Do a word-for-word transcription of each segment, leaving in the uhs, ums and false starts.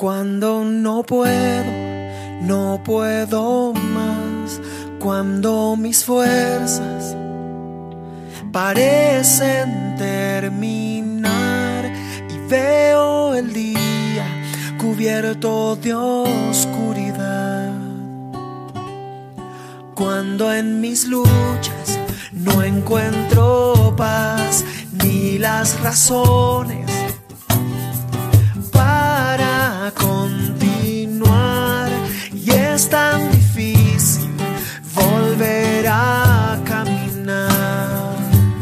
Cuando no puedo, no puedo más, cuando mis fuerzas parecen terminar y veo el día cubierto de oscuridad. Cuando en mis luchas no encuentro paz ni las razones para continuar y es tan difícil volver a caminar.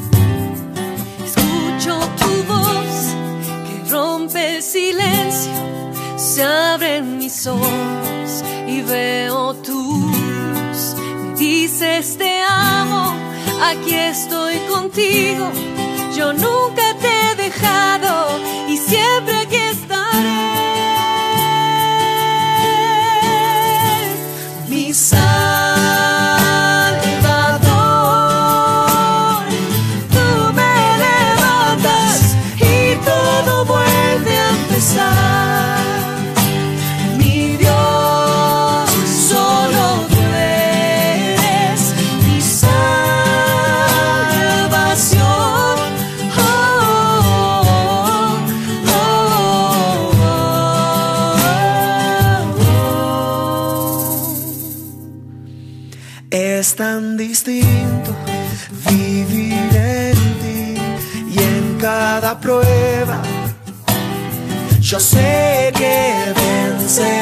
Escucho tu voz que rompe el silencio, se abren mis ojos y veo tu luz. Me dices te amo, aquí estoy contigo, yo nunca te he dejado y siempre aquí estaré. Mi Salvador, tú me levantas y todo vuelve a empezar. Mi Dios, solo tú eres mi salvación. Oh, oh, oh, oh, oh. Es tan distinto vivir en ti y en cada prueba yo sé que venceré.